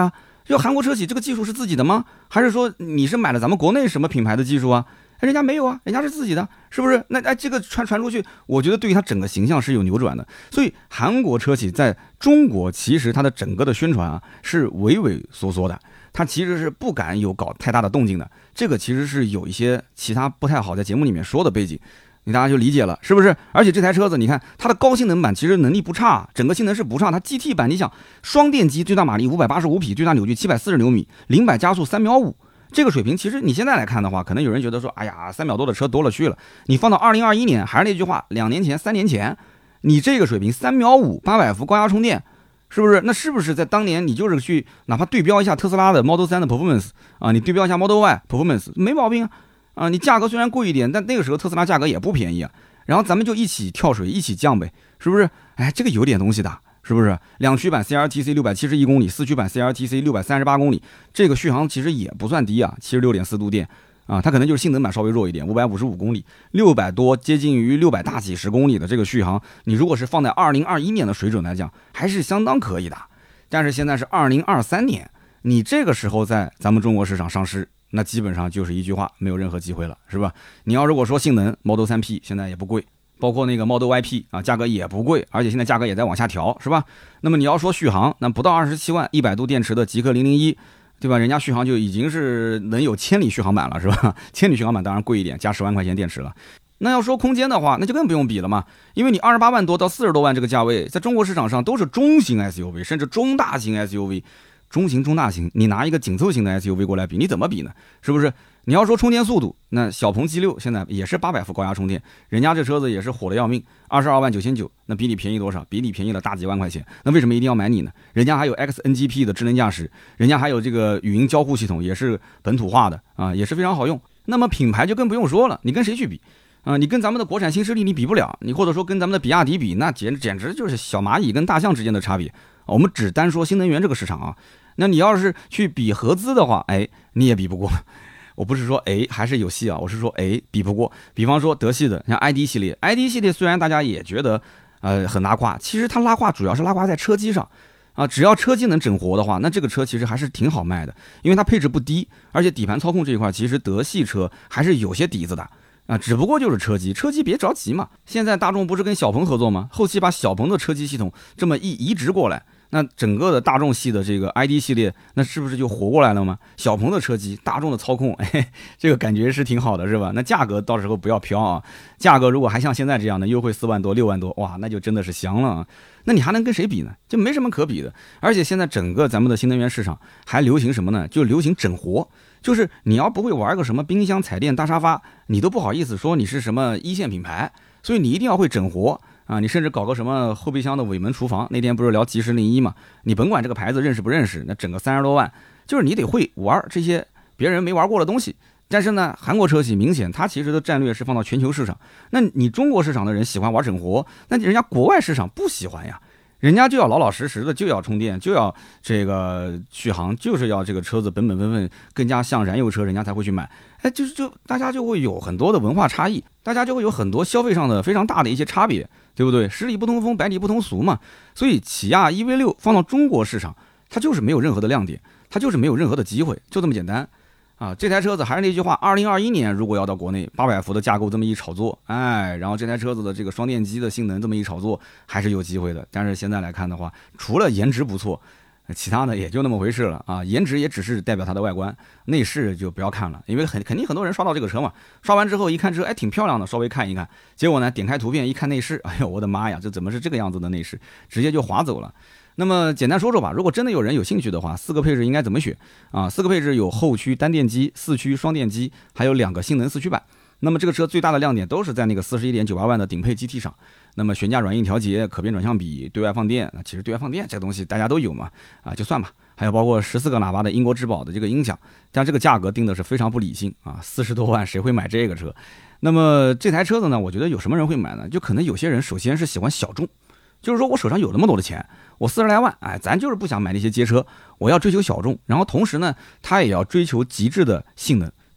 就韩国车企这个技术是自己的吗？还是说你是买了咱们国内什么品牌的技术啊？人家没有啊，人家是自己的，是不是？那哎，这个传传出去，我觉得对于它整个形象是有扭转的。所以韩国车企在中国其实它的整个的宣传啊是畏畏缩缩的，它其实是不敢有搞太大的动静的。这个其实是有一些其他不太好在节目里面说的背景，你大家就理解了，是不是？而且这台车子，你看它的高性能版其实能力不差，整个性能是不差。它 G T 版，你想双电机，最大马力五百八十五匹，最大扭矩七百四十牛米，零百加速三秒五。这个水平其实你现在来看的话，可能有人觉得说，哎呀，三秒多的车多了去了。你放到二零二一年，还是那句话，两年前、三年前，你这个水平三秒五八百伏高压充电，是不是？那是不是在当年你就是去哪怕对标一下特斯拉的 Model 三的 Performance 啊，你对标一下 Model Y Performance 没毛病啊啊！你价格虽然贵一点，但那个时候特斯拉价格也不便宜啊。然后咱们就一起跳水，一起降呗，是不是？哎，这个有点东西的。是不是两驱版 C R T C 六百七十一公里，四驱版 C R T C 六百三十八公里，这个续航其实也不算低啊，七十六点四度电啊，它可能就是性能版稍微弱一点，五百五十五公里，六百多接近于六百大几十公里的这个续航，你如果是放在二零二一年的水准来讲，还是相当可以的。但是现在是二零二三年，你这个时候在咱们中国市场上市，那基本上就是一句话，没有任何机会了，是吧？你要如果说性能 Model 三 P 现在也不贵。包括那个 Model Y P 啊，价格也不贵，而且现在价格也在往下调，是吧？那么你要说续航，那不到二十七万，一百度电池的极氪零零一，对吧？人家续航就已经是能有千里续航版了，是吧？千里续航版当然贵一点，加十万块钱电池了。那要说空间的话，那就更不用比了嘛，因为你二十八万多到四十多万这个价位，在中国市场上都是中型 S U V， 甚至中大型 S U V， 中型、中大型，你拿一个紧凑型的 S U V 过来比，你怎么比呢？是不是？你要说充电速度，那小鹏 G 六现在也是八百伏高压充电，人家这车子也是火的要命，二十二万九千九，那比你便宜多少？比你便宜了大几万块钱。那为什么一定要买你呢？人家还有 X N G P 的智能驾驶，人家还有这个语音交互系统，也是本土化的啊，也是非常好用。那么品牌就更不用说了，你跟谁去比啊？你跟咱们的国产新势力你比不了，你或者说跟咱们的比亚迪比，那简简直就是小蚂蚁跟大象之间的差别。我们只单说新能源这个市场啊，那你要是去比合资的话，哎，你也比不过。我不是说哎还是有戏啊，我是说哎比不过。比方说德系的，像 I D 系列 ，I D 系列虽然大家也觉得呃很拉胯，其实它拉胯主要是拉胯在车机上啊，只要车机能整活的话，那这个车其实还是挺好卖的，因为它配置不低，而且底盘操控这一块其实德系车还是有些底子的啊，只不过就是车机，车机别着急嘛。现在大众不是跟小鹏合作吗？后期把小鹏的车机系统这么一移植过来。那整个的大众系的这个 I D 系列，那是不是就活过来了吗？小鹏的车机，大众的操控，哎，这个感觉是挺好的，是吧？那价格到时候不要飘啊，价格如果还像现在这样的优惠四万多、六万多，哇，那就真的是香了啊！那你还能跟谁比呢？就没什么可比的。而且现在整个咱们的新能源市场还流行什么呢？就流行整活，就是你要不会玩个什么冰箱、彩电、大沙发，你都不好意思说你是什么一线品牌，所以你一定要会整活。啊，你甚至搞个什么后备箱的尾门厨房，那天不是聊极时零一嘛？你甭管这个牌子认识不认识，那整个三十多万，就是你得会玩这些别人没玩过的东西。但是呢，韩国车企明显它其实的战略是放到全球市场，那你中国市场的人喜欢玩整活，那人家国外市场不喜欢呀，人家就要老老实实的，就要充电，就要这个续航，就是要这个车子本本分分，更加像燃油车，人家才会去买。哎，就是就大家就会有很多的文化差异，大家就会有很多消费上的非常大的一些差别，对不对？十里不同风，百里不同俗嘛。所以起亚 E V 六 放到中国市场，它就是没有任何的亮点，它就是没有任何的机会，就这么简单啊！这台车子还是那句话，二零二一年如果要到国内，八百伏的架构这么一炒作，哎，然后这台车子的这个双电机的性能这么一炒作，还是有机会的。但是现在来看的话，除了颜值不错，其他的也就那么回事了啊，颜值也只是代表它的外观，内饰就不要看了，因为很肯定很多人刷到这个车嘛，刷完之后一看车，哎，挺漂亮的，稍微看一看，结果呢，点开图片一看内饰，哎呦，我的妈呀，这怎么是这个样子的内饰，直接就划走了。那么简单说说吧，如果真的有人有兴趣的话，四个配置应该怎么选啊？四个配置有后驱单电机、四驱双电机，还有两个性能四驱版。那么这个车最大的亮点都是在那个 四十一点九八万的顶配 G T 上。那么悬架软硬调节、可变转向比、对外放电，那其实对外放电这个东西大家都有嘛，啊，就算吧。还有包括十四个喇叭的英国之宝的这个音响，但这个价格定的是非常不理性啊，四十多万谁会买这个车？那么这台车子呢，我觉得有什么人会买呢？就可能有些人首先是喜欢小众，就是说我手上有那么多的钱，我四十来万，哎，咱就是不想买那些街车，我要追求小众，然后同时呢，他也要追求极致的性能。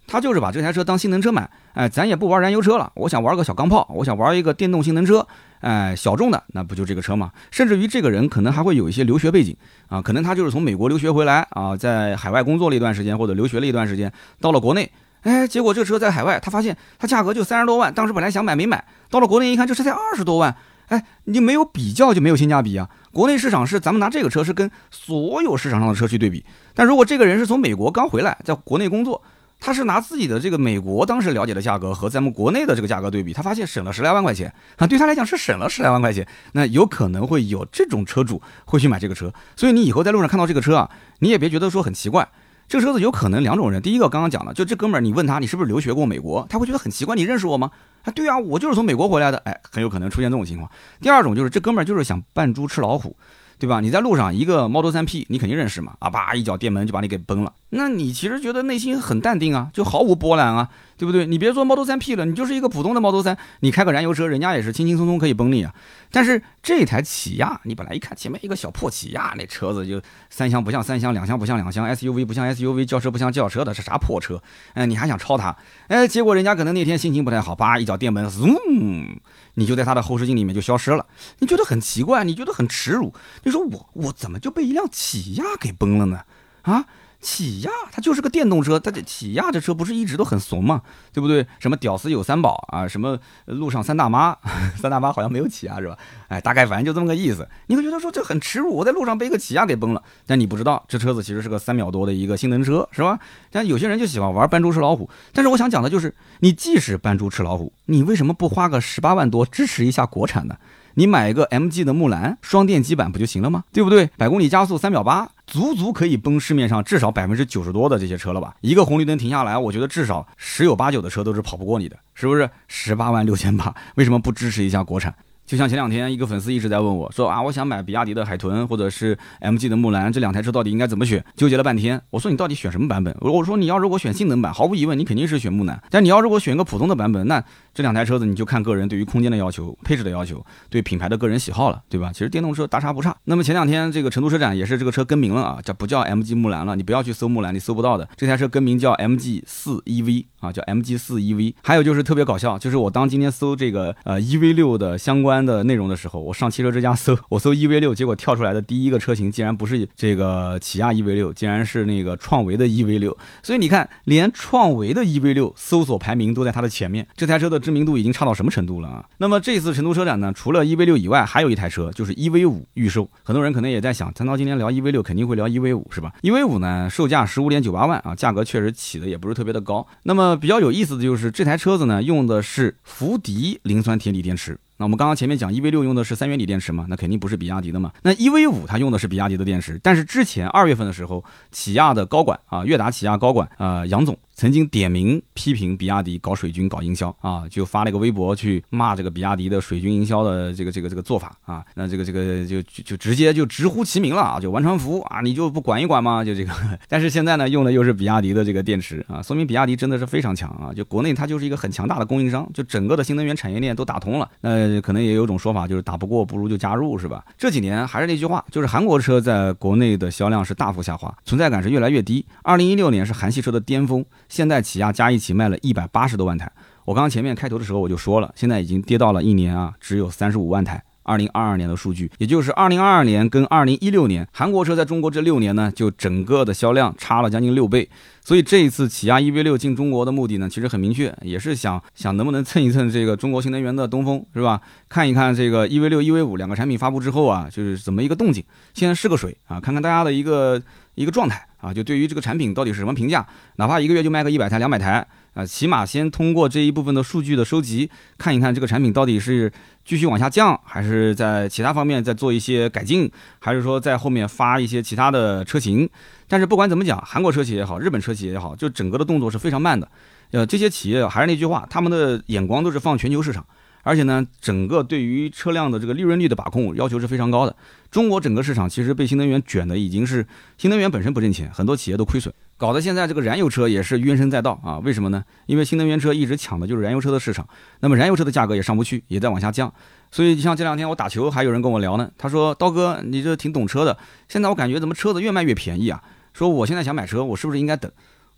他就是把这台车当性能车买，哎，咱也不玩燃油车了，我想玩个小钢炮，我想玩一个电动性能车，哎，小众的，那不就这个车吗？甚至于这个人可能还会有一些留学背景啊，可能他就是从美国留学回来啊，在海外工作了一段时间或者留学了一段时间，到了国内，哎，结果这个车在海外，他发现它价格就三十多万，当时本来想买没买，到了国内一看，这车才二十多万，哎，你没有比较就没有性价比啊。国内市场是咱们拿这个车是跟所有市场上的车去对比，但如果这个人是从美国刚回来，在国内工作。他是拿自己的这个美国当时了解的价格和咱们国内的这个价格对比，他发现省了十来万块钱啊，对他来讲是省了十来万块钱，那有可能会有这种车主会去买这个车，所以你以后在路上看到这个车啊，你也别觉得说很奇怪，这个车子有可能两种人，第一个刚刚讲了，就这哥们儿，你问他你是不是留学过美国，他会觉得很奇怪，你认识我吗？啊，对啊，我就是从美国回来的，哎，很有可能出现这种情况。第二种就是这哥们儿就是想扮猪吃老虎。对吧？你在路上一个 Model 三 P， 你肯定认识嘛？啊，叭一脚电门就把你给崩了。那你其实觉得内心很淡定啊，就毫无波澜啊，对不对？你别说 Model 三 P 了，你就是一个普通的 Model 三，你开个燃油车，人家也是轻轻松松可以崩你啊。但是这台起亚，你本来一看前面一个小破起亚，那车子就三厢不像三厢，两厢不像两厢 ，S U V 不像 S U V， 轿车不像轿车的，是啥破车？哎，你还想超它？哎，结果人家可能那天心情不太好，叭一脚电门，嗯，你就在他的后视镜里面就消失了。你觉得很奇怪，你觉得很耻辱。你说我我怎么就被一辆起亚给崩了呢？啊，起亚它就是个电动车，它这起亚这车不是一直都很怂吗？对不对？什么屌丝有三宝啊，什么路上三大妈，三大妈好像没有起亚是吧？哎，大概反正就这么个意思。你会觉得说这很耻辱，我在路上被一个起亚给崩了，但你不知道这车子其实是个三秒多的一个性能车，是吧？但有些人就喜欢玩扮猪吃老虎。但是我想讲的就是，你即使扮猪吃老虎，你为什么不花个十八万多支持一下国产呢？你买一个 M G 的木兰双电机版不就行了吗？对不对？百公里加速三秒八，足足可以崩市面上至少百分之九十多的这些车了吧？一个红绿灯停下来，我觉得至少十有八九的车都是跑不过你的，是不是？十八万六千八，为什么不支持一下国产？就像前两天一个粉丝一直在问我说啊，我想买比亚迪的海豚或者是 M G 的木兰，这两台车到底应该怎么选？纠结了半天。我说你到底选什么版本？我说你要如果选性能版，毫无疑问你肯定是选木兰，但你要如果选一个普通的版本，那这两台车子你就看个人对于空间的要求、配置的要求、对品牌的个人喜好了，对吧？其实电动车大差不差。那么前两天这个成都车展也是这个车更名了啊，叫不叫 M G 木兰了？你不要去搜木兰，你搜不到的。这台车更名叫 M G 四 E V 啊，叫 M G 四 E V。还有就是特别搞笑，就是我当今天搜这个呃 E V 六的相关的内容的时候，我上汽车之家搜，我搜 E V 六，结果跳出来的第一个车型竟然不是这个起亚 E V 六，竟然是那个创维的 E V 六。所以你看，连创维的 E V 六搜索排名都在它的前面，这台车的知名度已经差到什么程度了啊？那么这次成都车展呢，除了 E V 六以外，还有一台车就是 E V 五预售。很多人可能也在想，咱到今天聊 E V 六，肯定会聊 E V 五是吧 ？E V 五呢，售价 十五点九八万啊，价格确实起的也不是特别的高。那么比较有意思的就是这台车子呢，用的是福迪磷酸铁锂电池。那我们刚刚前面讲 E V 六用的是三元锂电池嘛，那肯定不是比亚迪的嘛。那 E V 五它用的是比亚迪的电池，但是之前二月份的时候，起亚的高管啊，悦达起亚高管呃杨总曾经点名批评比亚迪搞水军搞营销啊，就发了一个微博去骂这个比亚迪的水军营销的这个这个这个做法啊，那这个这个就就就直接就直呼其名了啊，就完传福啊，你就不管一管吗？就这个，但是现在呢用的又是比亚迪的这个电池啊，说明比亚迪真的是非常强啊，就国内它就是一个很强大的供应商，就整个的新能源产业链都打通了。那可能也有一种说法，就是打不过不如就加入，是吧？这几年还是那句话，就是韩国车在国内的销量是大幅下滑，存在感是越来越低。二零一六年是韩系车的巅峰，现在起亚加一起卖了一百八十多万台。我刚刚前面开头的时候我就说了，现在已经跌到了一年啊只有三十五万台。二零二二年的数据，也就是二零二二年跟二零一六年，韩国车在中国这六年呢，就整个的销量差了将近六倍。所以这一次起亚 E V 六进中国的目的呢，其实很明确，也是想想能不能蹭一蹭这个中国新能源的东风，是吧？看一看这个 E V 六、E V 五两个产品发布之后啊，就是怎么一个动静。现在试个水啊，看看大家的一个一个状态啊，就对于这个产品到底是什么评价，哪怕一个月就卖个一百台、两百台。啊，起码先通过这一部分的数据的收集，看一看这个产品到底是继续往下降，还是在其他方面再做一些改进，还是说在后面发一些其他的车型。但是不管怎么讲，韩国车企也好，日本车企也好，就整个的动作是非常慢的。呃，这些企业还是那句话，他们的眼光都是放全球市场。而且呢，整个对于车辆的这个利润率的把控要求是非常高的。中国整个市场其实被新能源卷的已经是，新能源本身不挣钱，很多企业都亏损，搞得现在这个燃油车也是怨声载道啊。为什么呢？因为新能源车一直抢的就是燃油车的市场，那么燃油车的价格也上不去，也在往下降。所以像这两天我打球，还有人跟我聊呢，他说刀哥你这挺懂车的，现在我感觉怎么车子越卖越便宜啊？说我现在想买车，我是不是应该等？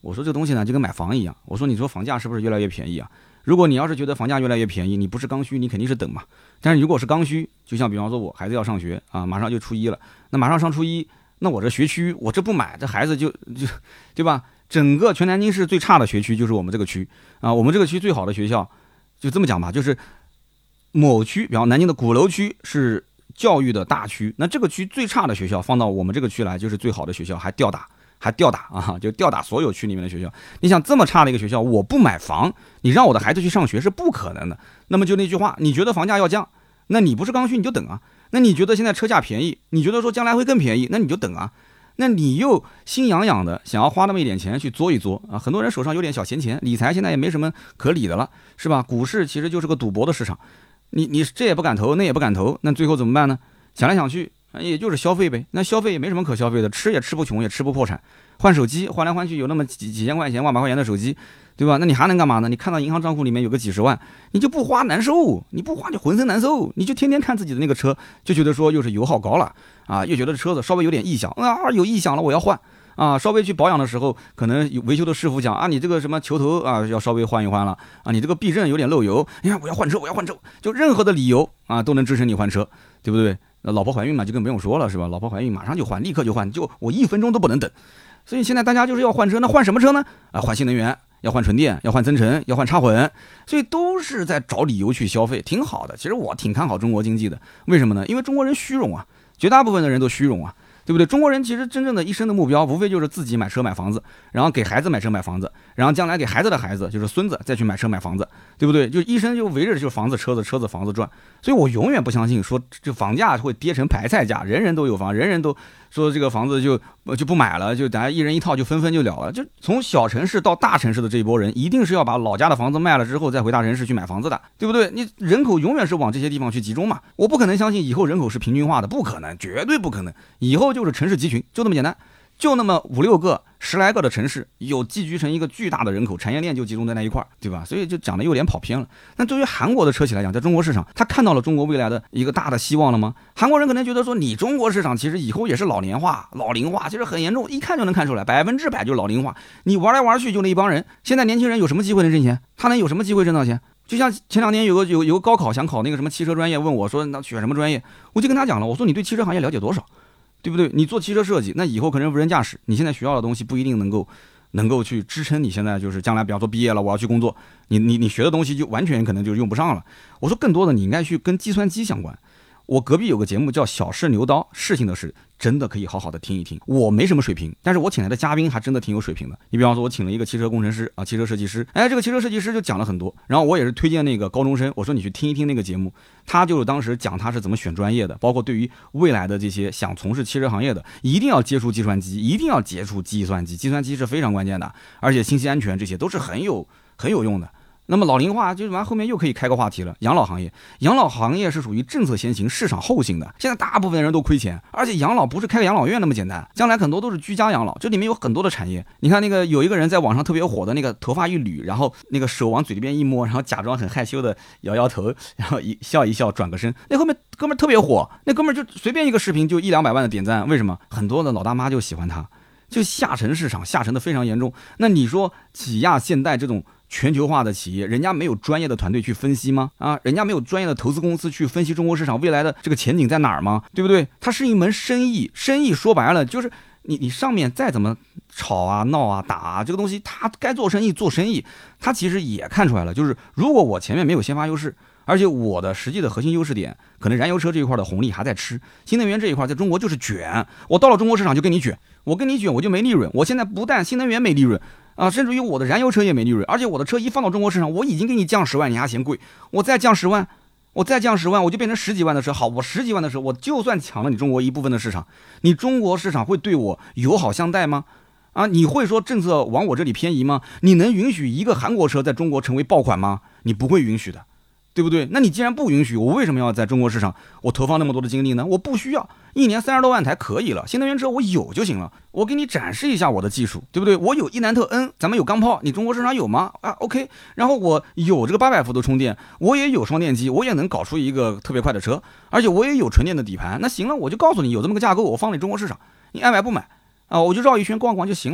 我说这个东西呢就跟买房一样，我说你说房价是不是越来越便宜啊？如果你要是觉得房价越来越便宜，你不是刚需，你肯定是等嘛。但是如果是刚需，就像比方说我孩子要上学啊，马上就初一了，那马上上初一，那我这学区我这不买，这孩子就就对吧？整个全南京市最差的学区就是我们这个区啊，我们这个区最好的学校，就这么讲吧，就是某区，比方南京的鼓楼区是教育的大区，那这个区最差的学校放到我们这个区来就是最好的学校，还吊打。还吊打啊，就吊打所有区里面的学校。你想这么差的一个学校，我不买房，你让我的孩子去上学是不可能的。那么就那句话，你觉得房价要降，那你不是刚需你就等啊。那你觉得现在车价便宜，你觉得说将来会更便宜，那你就等啊。那你又心痒痒的想要花那么一点钱去作一作啊，很多人手上有点小闲钱，理财现在也没什么可理的了，是吧？股市其实就是个赌博的市场，你你这也不敢投，那也不敢投，那最后怎么办呢？想来想去。也就是消费呗，那消费也没什么可消费的，吃也吃不穷，也吃不破产。换手机换来换去有那么几几千块钱、万把块钱的手机，对吧？那你还能干嘛呢？你看到银行账户里面有个几十万，你就不花难受，你不花你浑身难受，你就天天看自己的那个车，就觉得说又是油耗高了啊，又觉得车子稍微有点异响啊，有异响了我要换啊，稍微去保养的时候，可能有维修的师傅讲啊，你这个什么球头啊要稍微换一换了啊，你这个避震有点漏油，你看我要换车，我要换车，就任何的理由啊都能支持你换车，对不对？老婆怀孕嘛，就更不用说了，是吧？老婆怀孕马上就换，立刻就换，就我一分钟都不能等。所以现在大家就是要换车，那换什么车呢？啊，换新能源，要换纯电，要换增程，要换插混，所以都是在找理由去消费，挺好的。其实我挺看好中国经济的，为什么呢？因为中国人虚荣啊，绝大部分的人都虚荣啊。对不对？中国人其实真正的一生的目标，无非就是自己买车买房子，然后给孩子买车买房子，然后将来给孩子的孩子，就是孙子再去买车买房子，对不对？就一生就围着就房子车子车子房子转。所以我永远不相信说这房价会跌成白菜价，人人都有房，人人都说这个房子就就不买了，就大家一人一套就分分就了了。就从小城市到大城市的这一波人，一定是要把老家的房子卖了之后再回大城市去买房子的，对不对？你人口永远是往这些地方去集中嘛，我不可能相信以后人口是平均化的，不可能，绝对不可能。以后就是城市集群，就这么简单，就那么五六个、十来个的城市，有寄居成一个巨大的人口，产业链就集中在那一块儿，对吧？所以就讲的有点跑偏了。那对于韩国的车企来讲，在中国市场，他看到了中国未来的一个大的希望了吗？韩国人可能觉得说，你中国市场其实以后也是老年化、老龄化，其实很严重，一看就能看出来，百分之百就是老龄化。你玩来玩去就那一帮人，现在年轻人有什么机会能挣钱？他能有什么机会挣到钱？就像前两年有个有有个高考想考那个什么汽车专业，问我说那选什么专业，我就跟他讲了，我说你对汽车行业了解多少？对不对？你做汽车设计，那以后可能无人驾驶，你现在学到的东西不一定能够能够去支撑你现在就是将来，比方说毕业了我要去工作，你你你学的东西就完全可能就用不上了。我说更多的你应该去跟计算机相关。我隔壁有个节目叫小试牛刀，事情的事，真的可以好好的听一听。我没什么水平，但是我请来的嘉宾还真的挺有水平的。你比方说我请了一个汽车工程师啊，汽车设计师，哎，这个汽车设计师就讲了很多，然后我也是推荐那个高中生，我说你去听一听那个节目，他就是当时讲他是怎么选专业的，包括对于未来的这些想从事汽车行业的，一定要接触计算机，一定要接触计算机，计算机是非常关键的，而且信息安全这些都是很有很有用的。那么老龄化就完，后面又可以开个话题了。养老行业，养老行业是属于政策先行、市场后行的。现在大部分人都亏钱，而且养老不是开个养老院那么简单，将来很多都是居家养老，这里面有很多的产业。你看那个有一个人在网上特别火的那个头发一捋，然后那个手往嘴里边一摸，然后假装很害羞的摇摇头，然后一笑一笑转个身，那后面哥们儿特别火，那哥们儿就随便一个视频就一两百万的点赞，为什么？很多的老大妈就喜欢他，就下沉市场下沉的非常严重。那你说起亚、现代这种全球化的企业，人家没有专业的团队去分析吗？啊，人家没有专业的投资公司去分析中国市场未来的这个前景在哪儿吗？对不对？它是一门生意，生意说白了就是你你上面再怎么吵啊、闹啊、打啊，这个东西它该做生意做生意，它其实也看出来了，就是如果我前面没有先发优势，而且我的实际的核心优势点，可能燃油车这一块的红利还在吃，新能源这一块在中国就是卷，我到了中国市场就跟你卷，我跟你卷我就没利润，我现在不但新能源没利润。啊，甚至于我的燃油车也没利润，而且我的车一放到中国市场，我已经给你降十万，你还嫌贵，我再降十万，我再降十万，我就变成十几万的车。好，我十几万的车，我就算抢了你中国一部分的市场，你中国市场会对我友好相待吗？啊，你会说政策往我这里偏移吗？你能允许一个韩国车在中国成为爆款吗？你不会允许的。对不对？那你既然不允许，我为什么要在中国市场我投放那么多的精力呢？我不需要，一年三十多万台可以了，新能源车我有就行了。我给你展示一下我的技术，对不对？我有伊兰特 N， 咱们有钢炮，你中国市场有吗？啊 ，OK。然后我有这个八百伏的充电，我也有双电机，我也能搞出一个特别快的车，而且我也有纯电的底盘。那行了，我就告诉你有这么个架构，我放你中国市场，你爱买不买啊？我就绕一圈逛逛就行了。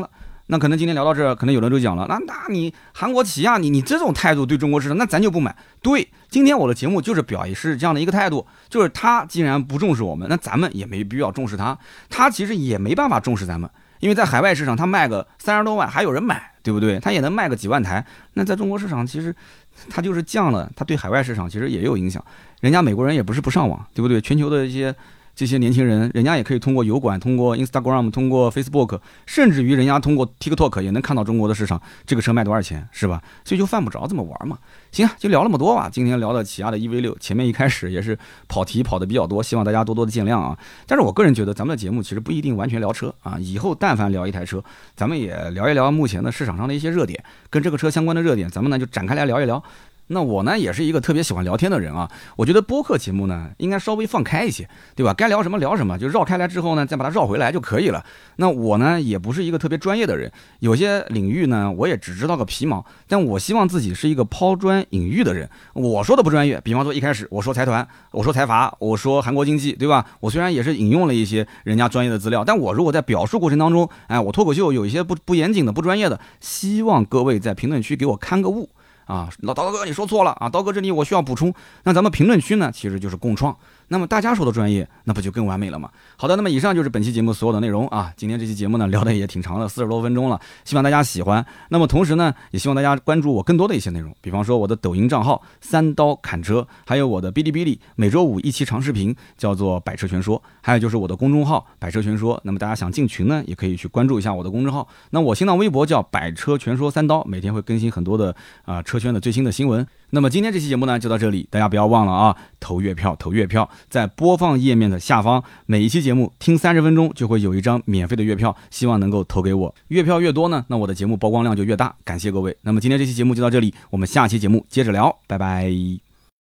那可能今天聊到这儿，可能有人就讲了，那那你韩国起亚，你你这种态度对中国市场，那咱就不买。对，今天我的节目就是表示这样的一个态度，就是他既然不重视我们，那咱们也没必要重视他，他其实也没办法重视咱们，因为在海外市场他卖个三十多万还有人买，对不对？他也能卖个几万台，那在中国市场其实他就是降了，他对海外市场其实也有影响。人家美国人也不是不上网，对不对？全球的一些。这些年轻人，人家也可以通过油管、通过 Instagram、通过 Facebook， 甚至于人家通过 TikTok 也能看到中国的市场，这个车卖多少钱，是吧？所以就犯不着这么玩嘛。行啊，就聊那么多吧。今天聊的起亚的 E V 六，前面一开始也是跑题跑的比较多，希望大家多多的见谅啊。但是我个人觉得咱们的节目其实不一定完全聊车啊，以后但凡聊一台车，咱们也聊一聊目前的市场上的一些热点，跟这个车相关的热点，咱们呢就展开来聊一聊。那我呢也是一个特别喜欢聊天的人啊，我觉得播客节目呢应该稍微放开一些，对吧？该聊什么聊什么，就绕开来之后呢，再把它绕回来就可以了。那我呢也不是一个特别专业的人，有些领域呢我也只知道个皮毛，但我希望自己是一个抛砖引玉的人。我说的不专业，比方说一开始我说财团，我说财阀，我说韩国经济，对吧？我虽然也是引用了一些人家专业的资料，但我如果在表述过程当中，哎，我脱口秀有一些不不严谨的、不专业的，希望各位在评论区给我看个误。啊，老刀哥你说错了啊，刀哥这里我需要补充。那咱们评论区呢，其实就是共创。那么大家说的专业，那不就更完美了吗？好的，那么以上就是本期节目所有的内容啊。今天这期节目呢，聊的也挺长了，四十多分钟了，希望大家喜欢。那么同时呢，也希望大家关注我更多的一些内容，比方说我的抖音账号三刀砍车，还有我的哔哩哔哩每周五一期长视频叫做百车全说，还有就是我的公众号百车全说。那么大家想进群呢，也可以去关注一下我的公众号。那我新浪微博叫百车全说三刀，每天会更新很多的啊、呃、车圈的最新的新闻。那么今天这期节目呢就到这里，大家不要忘了啊，投月票投月票，在播放页面的下方，每一期节目听三十分钟就会有一张免费的月票，希望能够投给我，月票越多呢，那我的节目曝光量就越大，感谢各位。那么今天这期节目就到这里，我们下期节目接着聊，拜拜。